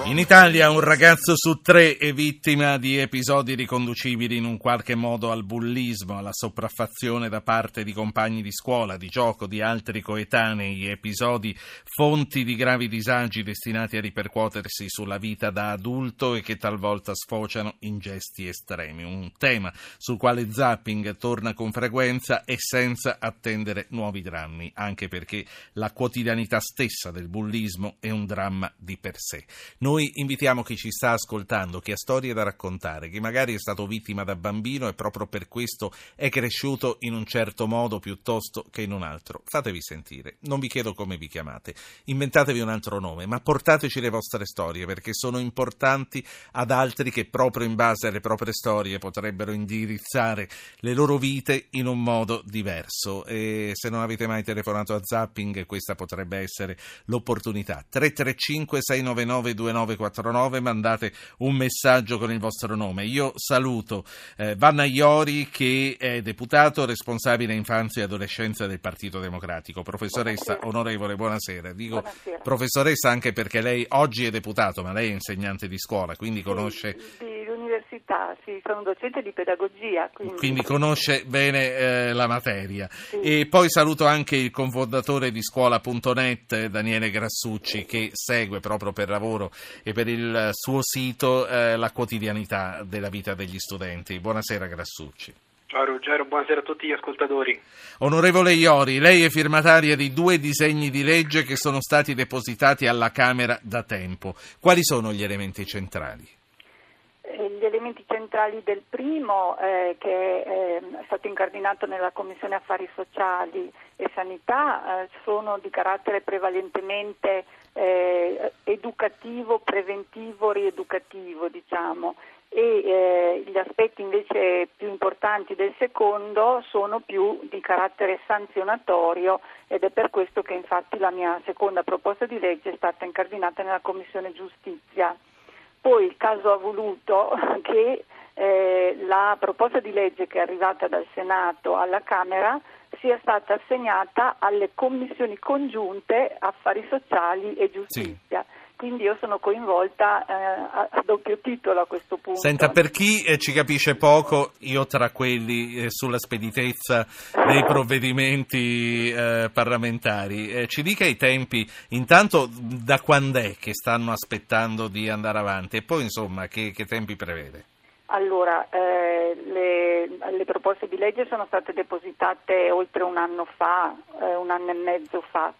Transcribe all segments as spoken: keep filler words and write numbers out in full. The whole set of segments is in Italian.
In Italia un ragazzo su tre è vittima di episodi riconducibili in un qualche modo al bullismo, alla sopraffazione da parte di compagni di scuola, di gioco, di altri coetanei, episodi fonti di gravi disagi destinati a ripercuotersi sulla vita da adulto e che talvolta sfociano in gesti estremi. Un tema sul quale Zapping torna con frequenza e senza attendere nuovi drammi, anche perché la quotidianità stessa del bullismo è un dramma di per sé. Noi invitiamo chi ci sta ascoltando, chi ha storie da raccontare, chi magari è stato vittima da bambino e proprio per questo è cresciuto in un certo modo piuttosto che in un altro. Fatevi sentire, non vi chiedo come vi chiamate, inventatevi un altro nome, ma portateci le vostre storie perché sono importanti ad altri che proprio in base alle proprie storie potrebbero indirizzare le loro vite in un modo diverso. E se non avete mai telefonato a Zapping, questa potrebbe essere l'opportunità. tre tre cinque sei nove nove due nove quattro nove, mandate un messaggio con il vostro nome. Io saluto eh, Vanna Iori, che è deputato responsabile infanzia e adolescenza del Partito Democratico. Professoressa, buonasera. Onorevole, buonasera. Dico buonasera. Professoressa anche perché lei oggi è deputato, ma lei è insegnante di scuola, quindi conosce... Sì, di università, sì, sono docente di pedagogia. Quindi, quindi conosce bene eh, la materia. Sì. E poi saluto anche il cofondatore di scuola punto net, Daniele Grassucci, che segue proprio per lavoro e per il suo sito eh, la quotidianità della vita degli studenti. Buonasera Grassucci. Ciao Ruggero, buonasera a tutti gli ascoltatori. Onorevole Iori, lei è firmataria di due disegni di legge che sono stati depositati alla Camera da tempo. Quali sono gli elementi centrali? Gli elementi centrali del primo, eh, che è stato incardinato nella Commissione Affari Sociali e Sanità, eh, sono di carattere prevalentemente eh, educativo, preventivo, rieducativo, diciamo, e eh, gli aspetti invece più importanti del secondo sono più di carattere sanzionatorio, ed è per questo che infatti la mia seconda proposta di legge è stata incardinata nella Commissione Giustizia. Poi il caso ha voluto che eh, la proposta di legge che è arrivata dal Senato alla Camera sia stata assegnata alle commissioni congiunte Affari Sociali e Giustizia. Sì. Quindi io sono coinvolta eh, a, a doppio titolo a questo punto. Senta, per chi eh, ci capisce poco, io tra quelli eh, sulla speditezza dei provvedimenti eh, parlamentari, eh, ci dica i tempi, intanto da quando è che stanno aspettando di andare avanti e poi insomma che, che tempi prevede? Allora, eh, le, le proposte di legge sono state depositate oltre un anno fa, eh, un anno e mezzo fa.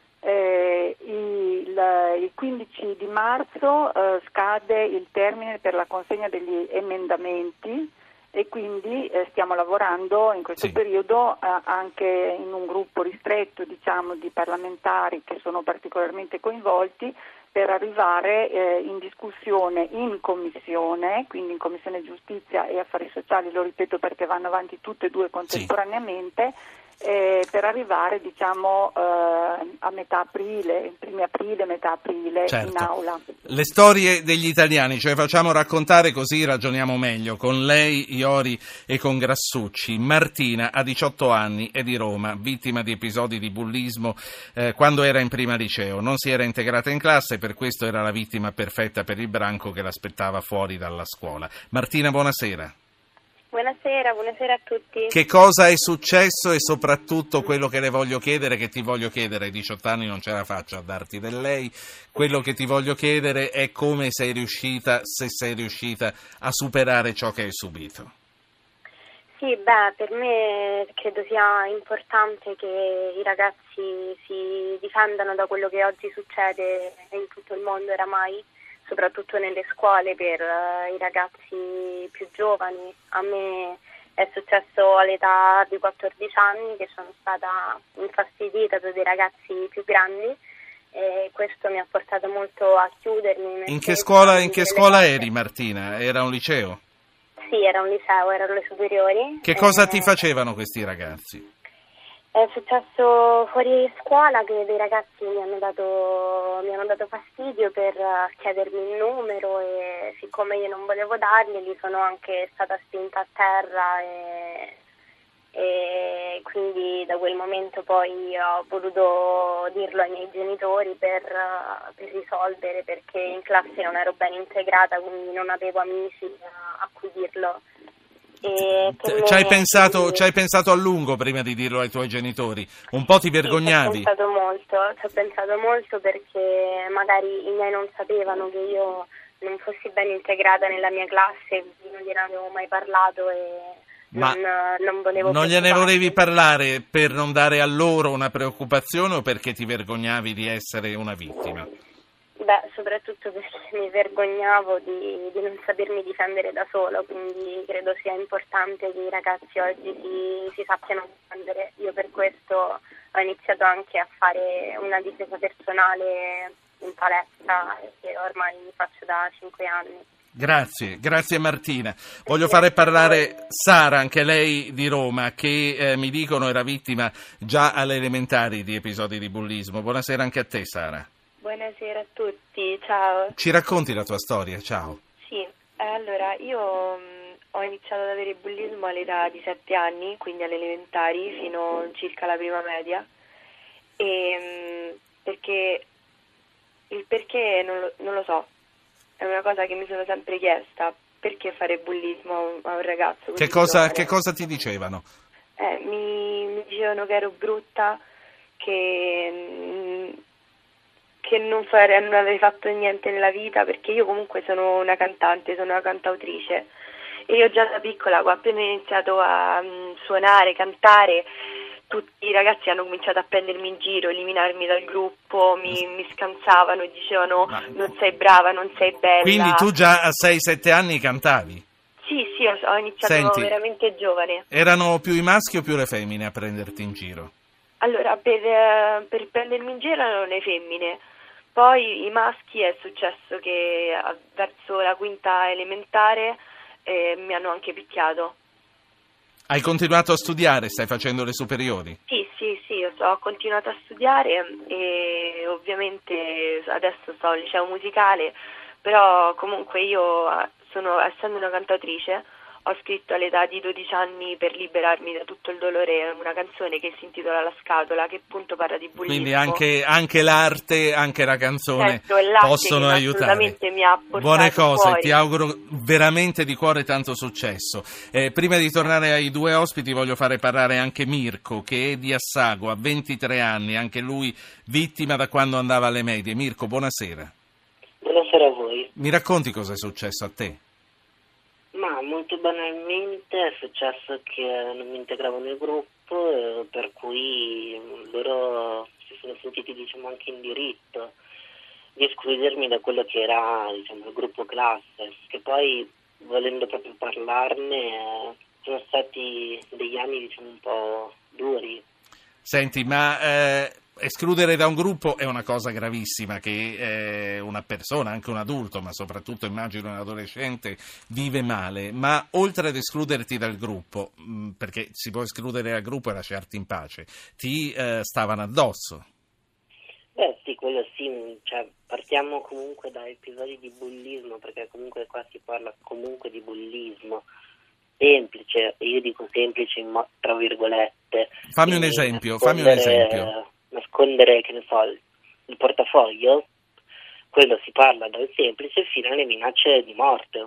Eh, il, il quindici di marzo eh, scade il termine per la consegna degli emendamenti e quindi eh, stiamo lavorando in questo sì. periodo eh, anche in un gruppo ristretto, diciamo, di parlamentari che sono particolarmente coinvolti per arrivare eh, in discussione in commissione, quindi in Commissione Giustizia e Affari Sociali, lo ripeto perché vanno avanti tutte e due contemporaneamente, sì. Eh, per arrivare diciamo eh, a metà aprile, primi aprile, metà aprile certo. in aula. Le storie degli italiani ce le facciamo raccontare così ragioniamo meglio con lei, Iori, e con Grassucci. Martina ha diciotto anni, è di Roma, vittima di episodi di bullismo eh, quando era in prima liceo. Non si era integrata in classe, per questo era la vittima perfetta per il branco che l'aspettava fuori dalla scuola. Martina, buonasera. Buonasera, buonasera a tutti. Che cosa è successo e soprattutto quello che le voglio chiedere, che ti voglio chiedere, ai diciotto anni non ce la faccio a darti del lei, quello che ti voglio chiedere è come sei riuscita, se sei riuscita a superare ciò che hai subito. Sì, beh, per me credo sia importante che i ragazzi si difendano da quello che oggi succede in tutto il mondo oramai, soprattutto nelle scuole per uh, i ragazzi più giovani. A me è successo all'età di quattordici anni che sono stata infastidita da dei ragazzi più grandi e questo mi ha portato molto a chiudermi. In che scuola, in che scuola eri, Martina? Era un liceo? Sì, era un liceo, erano le superiori. Che cosa eh, ti facevano questi ragazzi? È successo fuori scuola che dei ragazzi mi hanno dato, mi hanno dato fastidio per chiedermi il numero e siccome io non volevo darglieli sono anche stata spinta a terra e, e quindi da quel momento poi ho voluto dirlo ai miei genitori per, per risolvere, perché in classe non ero ben integrata, quindi non avevo amici a cui dirlo. E ci hai pensato, quindi... ci hai pensato a lungo prima di dirlo ai tuoi genitori? Un po' ti vergognavi? Sì, ci ho pensato molto, ci ho pensato molto perché magari i miei non sapevano che io non fossi ben integrata nella mia classe, quindi non gliene avevo mai parlato e Ma non, non volevo non gliene volevi parlare per non dare a loro una preoccupazione o perché ti vergognavi di essere una vittima? Beh, soprattutto perché mi vergognavo di, di non sapermi difendere da sola, quindi credo sia importante che i ragazzi oggi si, si sappiano difendere. Io per questo ho iniziato anche a fare una difesa personale in palestra, che ormai faccio da cinque anni. Grazie, grazie Martina. Voglio fare parlare Sara, anche lei di Roma, che eh, mi dicono era vittima già alle elementari di episodi di bullismo. Buonasera anche a te, Sara. Buonasera a tutti, ciao. Ci racconti la tua storia, ciao. Sì, eh, allora io mh, ho iniziato ad avere bullismo all'età di sette anni, quindi alle elementari, fino circa alla prima media, e mh, perché il perché non lo, non lo so, è una cosa che mi sono sempre chiesta, perché fare bullismo a un, a un ragazzo così Che cosa, giovane? che cosa ti dicevano? Eh, mi, mi dicevano che ero brutta, che... Mh, che non, fare, non avrei fatto niente nella vita, perché io comunque sono una cantante, sono una cantautrice e io già da piccola, appena ho iniziato a um, suonare, cantare, tutti i ragazzi hanno cominciato a prendermi in giro, eliminarmi dal gruppo, mi, mi scansavano e dicevano Ma... non sei brava, non sei bella. Quindi tu già a sei sette anni cantavi? Sì, sì, ho, ho iniziato Senti, veramente giovane. Erano più i maschi o più le femmine a prenderti in giro? Allora, per, per prendermi in giro erano le femmine. Poi i maschi è successo che verso la quinta elementare eh, mi hanno anche picchiato. Hai continuato a studiare? Stai facendo le superiori? Sì, sì, sì, ho, ho continuato a studiare e ovviamente adesso sto al liceo musicale, però comunque io sono, essendo una cantautrice, ho scritto all'età di dodici anni per liberarmi da tutto il dolore una canzone che si intitola La Scatola, che appunto parla di bullismo. Quindi anche, anche l'arte, anche la canzone certo, l'arte possono che aiutare. Assolutamente mi ha portato Buone cose, fuori. Ti auguro veramente di cuore tanto successo. Eh, prima di tornare ai due ospiti voglio fare parlare anche Mirko, che è di Assago, ha ventitré anni, anche lui vittima da quando andava alle medie. Mirko, buonasera. Buonasera a voi. Mi racconti cosa è successo a te? Ma molto banalmente è successo che non mi integravo nel gruppo, eh, per cui loro si sono sentiti, diciamo, anche in diritto di escludermi da quello che era, diciamo, il gruppo classe, che poi, volendo proprio parlarne, eh, sono stati degli anni, diciamo, un po' duri. Senti, ma eh, escludere da un gruppo è una cosa gravissima che eh, una persona, anche un adulto, ma soprattutto immagino un adolescente, vive male. Ma oltre ad escluderti dal gruppo, mh, perché si può escludere dal gruppo e lasciarti in pace, ti eh, stavano addosso? Beh sì, quello sì, cioè, partiamo comunque da episodi di bullismo, perché comunque qua si parla comunque di bullismo semplice, e io dico semplice in mo- tra virgolette. Fammi un esempio, fammi un esempio. Nascondere, che ne so, il, il portafoglio, quello si parla dal semplice fino alle minacce di morte.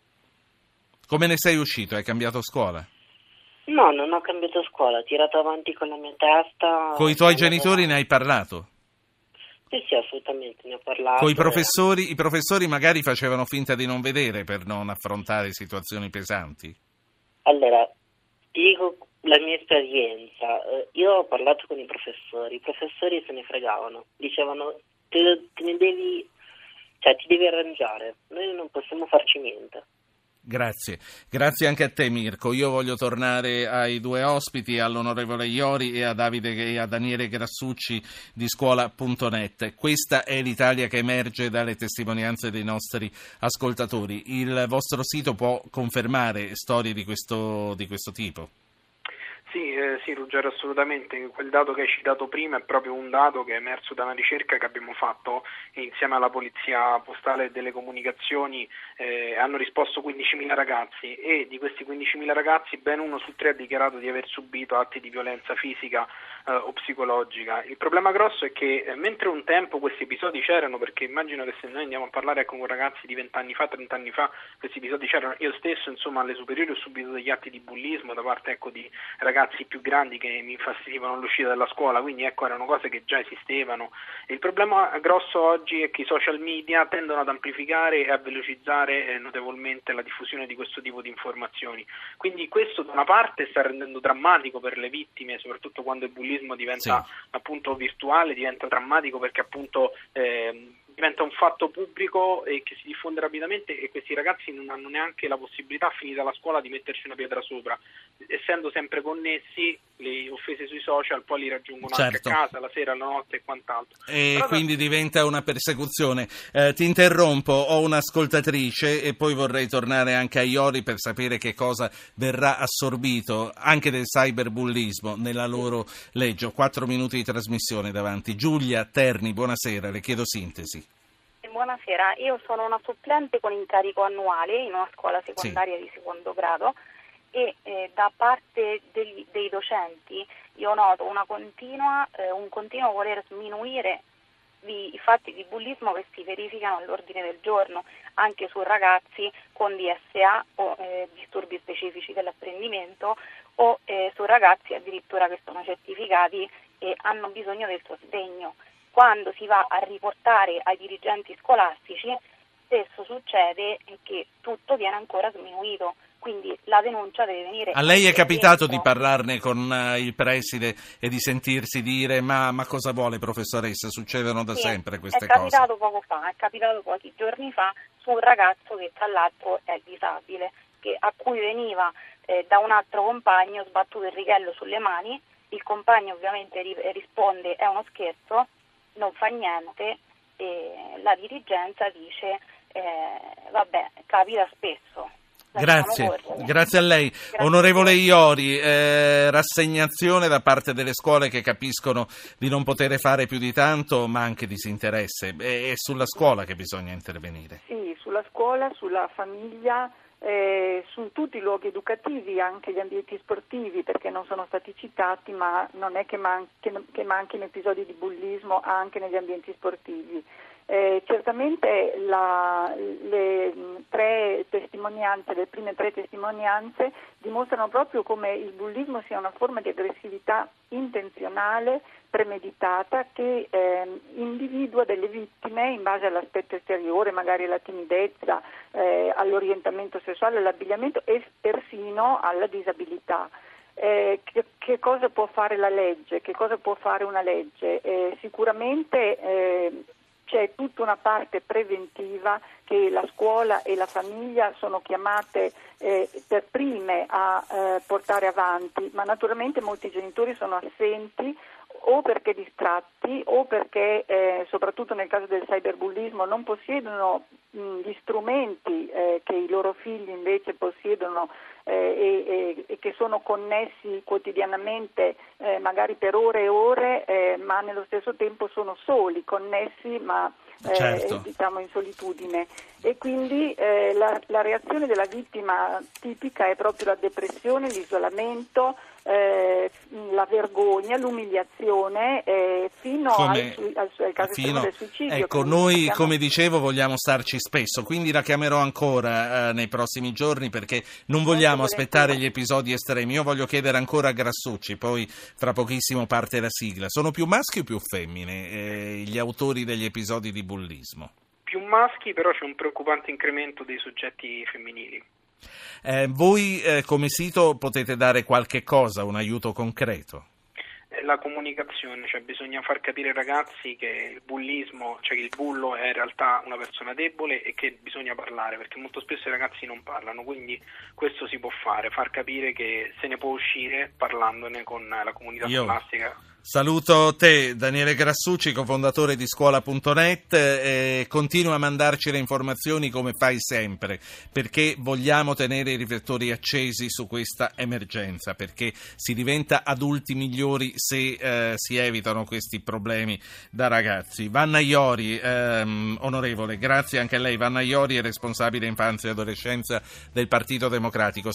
Come ne sei uscito? Hai cambiato scuola? No, non ho cambiato scuola, ho tirato avanti con la mia testa. Con i tuoi genitori ne hai parlato? Sì, sì, assolutamente, ne ho parlato. Con i professori, i professori magari facevano finta di non vedere per non affrontare situazioni pesanti? Allora, ti dico la mia esperienza. Io ho parlato con i professori, i professori se ne fregavano, dicevano te, te ne devi, cioè ti devi arrangiare, noi non possiamo farci niente. Grazie, grazie anche a te Mirko. Io voglio tornare ai due ospiti, all'onorevole Iori e a Davide e a Daniele Grassucci di scuola punto net. Questa è l'Italia che emerge dalle testimonianze dei nostri ascoltatori. Il vostro sito può confermare storie di questo, di questo tipo? Sì, eh, sì, Ruggero, assolutamente. Quel dato che hai citato prima è proprio un dato che è emerso da una ricerca che abbiamo fatto insieme alla Polizia Postale e delle Comunicazioni. Eh, hanno risposto quindicimila ragazzi e di questi quindicimila ragazzi ben uno su tre ha dichiarato di aver subito atti di violenza fisica eh, o psicologica. Il problema grosso è che eh, mentre un tempo questi episodi c'erano, perché immagino che se noi andiamo a parlare con ragazzi di venti anni fa, trenta anni fa, questi episodi c'erano. Io stesso, insomma, alle superiori ho subito degli atti di bullismo da parte, ecco, di ragazzi più grandi che mi infastidivano all'uscita dalla scuola, quindi ecco, erano cose che già esistevano. Il problema grosso oggi è che i social media tendono ad amplificare e a velocizzare eh, notevolmente la diffusione di questo tipo di informazioni, quindi questo da una parte sta rendendo drammatico per le vittime, soprattutto quando il bullismo diventa sì. appunto virtuale, diventa drammatico perché appunto eh, diventa un fatto pubblico e che si diffonde rapidamente, e questi ragazzi non hanno neanche la possibilità, finita la scuola, di metterci una pietra sopra, essendo sempre connessi. Le offese sui social poi li raggiungono certo. anche a casa, la sera, la notte e quant'altro. E Però quindi da... diventa una persecuzione. Eh, ti interrompo, ho un'ascoltatrice e poi vorrei tornare anche a Iori per sapere che cosa verrà assorbito anche del cyberbullismo nella loro legge. Ho quattro minuti di trasmissione davanti. Giulia Terni, buonasera, le chiedo sintesi. Buonasera, io sono una supplente con incarico annuale in una scuola secondaria sì. di secondo grado e eh, da parte degli, dei docenti io noto una continua, eh, un continuo voler sminuire i, i fatti di bullismo che si verificano all'ordine del giorno anche su ragazzi con D S A o eh, disturbi specifici dell'apprendimento o eh, su ragazzi addirittura che sono certificati e hanno bisogno del sostegno. Quando si va a riportare ai dirigenti scolastici, spesso succede che tutto viene ancora sminuito, quindi la denuncia deve venire... A lei è capitato di parlarne con uh, il preside e di sentirsi dire ma, ma cosa vuole, professoressa? Succedono da sì, sempre queste cose. È capitato cose. poco fa, è capitato pochi giorni fa su un ragazzo che tra l'altro è disabile, che, a cui veniva eh, da un altro compagno sbattuto il righello sulle mani, il compagno ovviamente ri- risponde è uno scherzo, non fa niente e la dirigenza dice eh, vabbè, capita spesso. Grazie, grazie a lei. Grazie. Onorevole Iori, eh, rassegnazione da parte delle scuole che capiscono di non poter fare più di tanto, ma anche disinteresse. È, è sulla scuola che bisogna intervenire. Sì, sulla scuola, sulla famiglia, eh, su tutti i luoghi educativi, anche gli ambienti sportivi, perché non sono stati citati, ma non è che, man- che, che manchino episodi di bullismo anche negli ambienti sportivi. Eh, certamente la, le tre testimonianze, le prime tre testimonianze dimostrano proprio come il bullismo sia una forma di aggressività intenzionale, premeditata, che eh, individua delle vittime in base all'aspetto esteriore, magari alla timidezza, eh, all'orientamento sessuale, all'abbigliamento e persino alla disabilità. Eh, che, che cosa può fare la legge? Che cosa può fare una legge? Eh, sicuramente eh, c'è tutta una parte preventiva che la scuola e la famiglia sono chiamate eh, per prime a eh, portare avanti, ma naturalmente molti genitori sono assenti o perché distratti o perché, eh, soprattutto nel caso del cyberbullismo, non possiedono mh, gli strumenti eh, che i loro figli invece possiedono eh, e, e che sono connessi quotidianamente, eh, magari per ore e ore, eh, ma nello stesso tempo sono soli, connessi ma eh, certo. diciamo in solitudine. E quindi eh, la, la reazione della vittima tipica è proprio la depressione, l'isolamento, eh, la vergogna, l'umiliazione, eh, fino come, al, al, al caso fino, del suicidio. Ecco, noi diciamo... come dicevo vogliamo starci spesso, quindi la chiamerò ancora eh, nei prossimi giorni perché non vogliamo aspettare gli episodi estremi. Io voglio chiedere ancora a Grassucci, poi fra pochissimo parte la sigla. Sono più maschi o più femmine eh, gli autori degli episodi di bullismo? Più maschi, però c'è un preoccupante incremento dei soggetti femminili. Eh, voi eh, come sito potete dare qualche cosa, un aiuto concreto? La comunicazione, cioè bisogna far capire ai ragazzi che il bullismo, cioè che il bullo è in realtà una persona debole e che bisogna parlare, perché molto spesso i ragazzi non parlano, quindi questo si può fare, far capire che se ne può uscire parlandone con la comunità Io... scolastica. Saluto te, Daniele Grassucci, cofondatore di scuola punto net, e continua a mandarci le informazioni come fai sempre, perché vogliamo tenere i riflettori accesi su questa emergenza, perché si diventa adulti migliori se eh, si evitano questi problemi da ragazzi. Vanna Iori, ehm, onorevole, grazie anche a lei. Vanna Iori è responsabile infanzia e adolescenza del Partito Democratico.